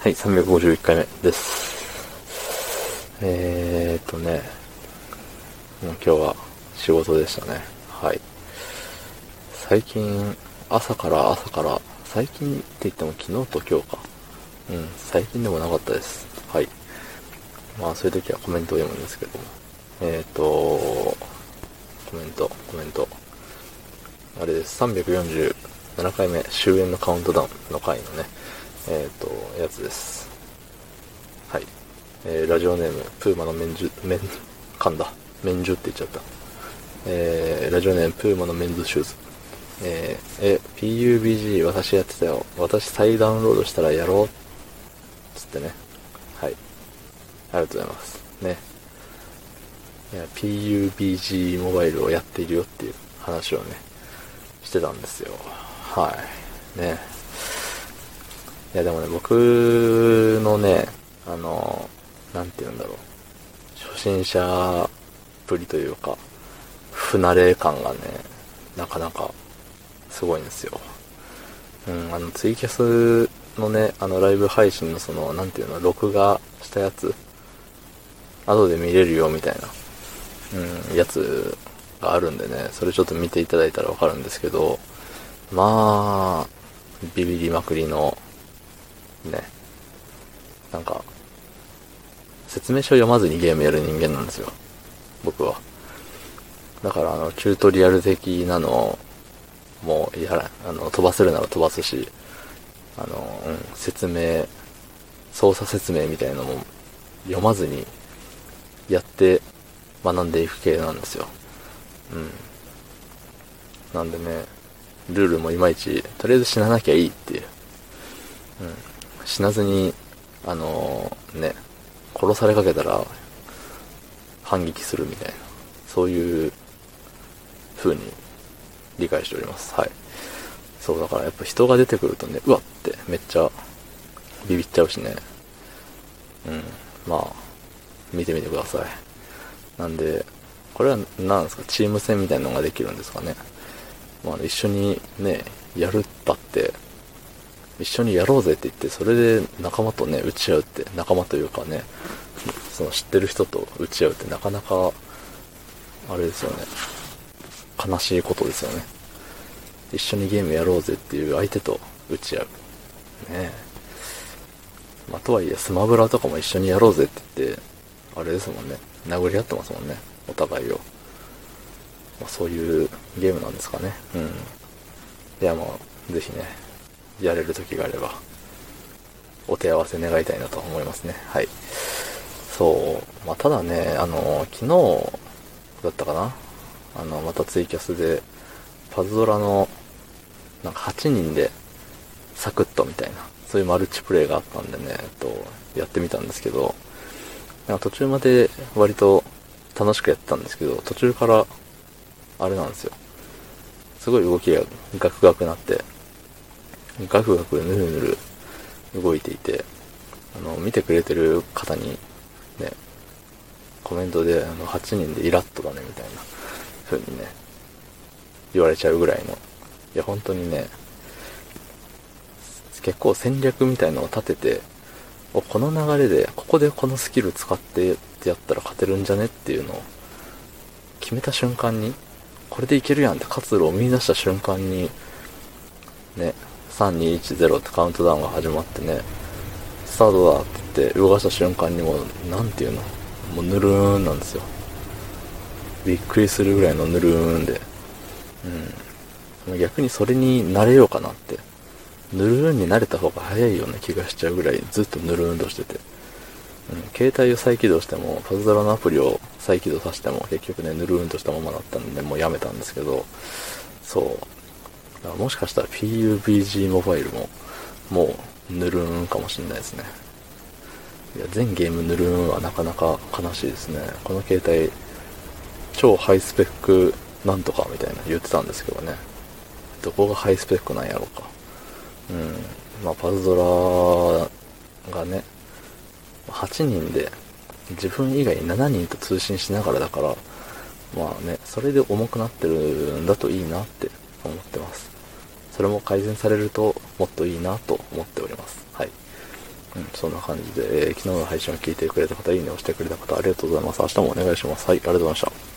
はい、351回目です。もう今日は仕事でしたね。はい。最近、朝から最近って言っても昨日と今日か。最近でもなかったです。はい。まあそういう時はコメントを読むんですけども。コメント。あれです。347回目終焉のカウントダウンの回のね、やつです。はい。ラジオネーム、プーマの噛んだ。免除って言っちゃった。ラジオネーム、プーマのメンズシューズ。PUBG 私やってたよ。私再ダウンロードしたらやろう。つってね。はい。ありがとうございます。ね。いや、PUBG モバイルをやっているよっていう話をね、してたんですよ。はい。ね。いやでもね、僕のね、なんて言うんだろう。初心者ぶりというか、不慣れ感がね、なかなかすごいんですよ。ツイキャスのね、ライブ配信のなんていうの、録画したやつ、後で見れるよみたいな、やつがあるんでね、それちょっと見ていただいたらわかるんですけど、まあ、ビビりまくりの、ね、なんか、説明書読まずにゲームやる人間なんですよ。僕は。だからチュートリアル的なのを、もう、飛ばせるなら飛ばすし、操作説明みたいなのも読まずにやって学んでいく系なんですよ。なんでね、ルールもいまいち、とりあえず死ななきゃいいっていう。死なずに、ね、殺されかけたら反撃するみたいな、そういう風に理解しております。はい。そう、だからやっぱ人が出てくるとね、うわってめっちゃビビっちゃうしね。まあ、見てみてください。なんで、これは何ですか、チーム戦みたいなのができるんですかね。まあ、一緒にね、やるったって、一緒にやろうぜって言って、それで仲間とね、打ち合うって、仲間というかね、その知ってる人と打ち合うってなかなか、あれですよね。悲しいことですよね。一緒にゲームやろうぜっていう相手と打ち合う。ねえ。まあ、とはいえ、スマブラとかも一緒にやろうぜって言って、あれですもんね。殴り合ってますもんね。お互いを。まあ、そういうゲームなんですかね。いや、もう、ぜひね、やれる時があれば、お手合わせ願いたいなと思いますね。はい。そう。まあ、ただね、昨日だったかな、またツイキャスで、パズドラの、なんか8人で、サクッとみたいな、そういうマルチプレイがあったんでね、やってみたんですけど、なんか途中まで割と楽しくやってたんですけど、途中から、あれなんですよ。すごい動きがガクガクなって、ガクガクヌルヌル動いていて、見てくれてる方に、ね、コメントで、8人でイラッとだね、みたいな風にね、言われちゃうぐらいの、いや、本当にね、結構戦略みたいのを立てて、この流れで、ここでこのスキル使ってってやったら勝てるんじゃねっていうのを決めた瞬間に、これでいけるやんって活路を見出した瞬間に、ね、3210ってカウントダウンが始まってね、スタートだって言って動かした瞬間にもう、なんていうの、もうヌルーンなんですよ。びっくりするぐらいのヌルーンで、逆にそれに慣れようかなって、ヌルーンに慣れた方が早いような気がしちゃうぐらいずっとヌルーンとしてて、携帯を再起動しても、パズドラのアプリを再起動させても結局ね、ヌルーンとしたままだったんで、もうやめたんですけど、そう。だからもしかしたら PUBG モバイルも、もう、ヌルーンかもしれないですね。いや、全ゲームヌルーンはなかなか悲しいですね。この携帯、超ハイスペックなんとかみたいな言ってたんですけどね。どこがハイスペックなんやろうか。まあ、パズドラがね、8人で自分以外7人と通信しながらだから、まあね、それで重くなってるんだといいなって思ってます。それも改善されるともっといいなと思っております。はい。 そんな感じで、昨日の配信を聞いてくれた方、いいねをしてくれた方、ありがとうございます。明日もお願いします。はい、ありがとうございました。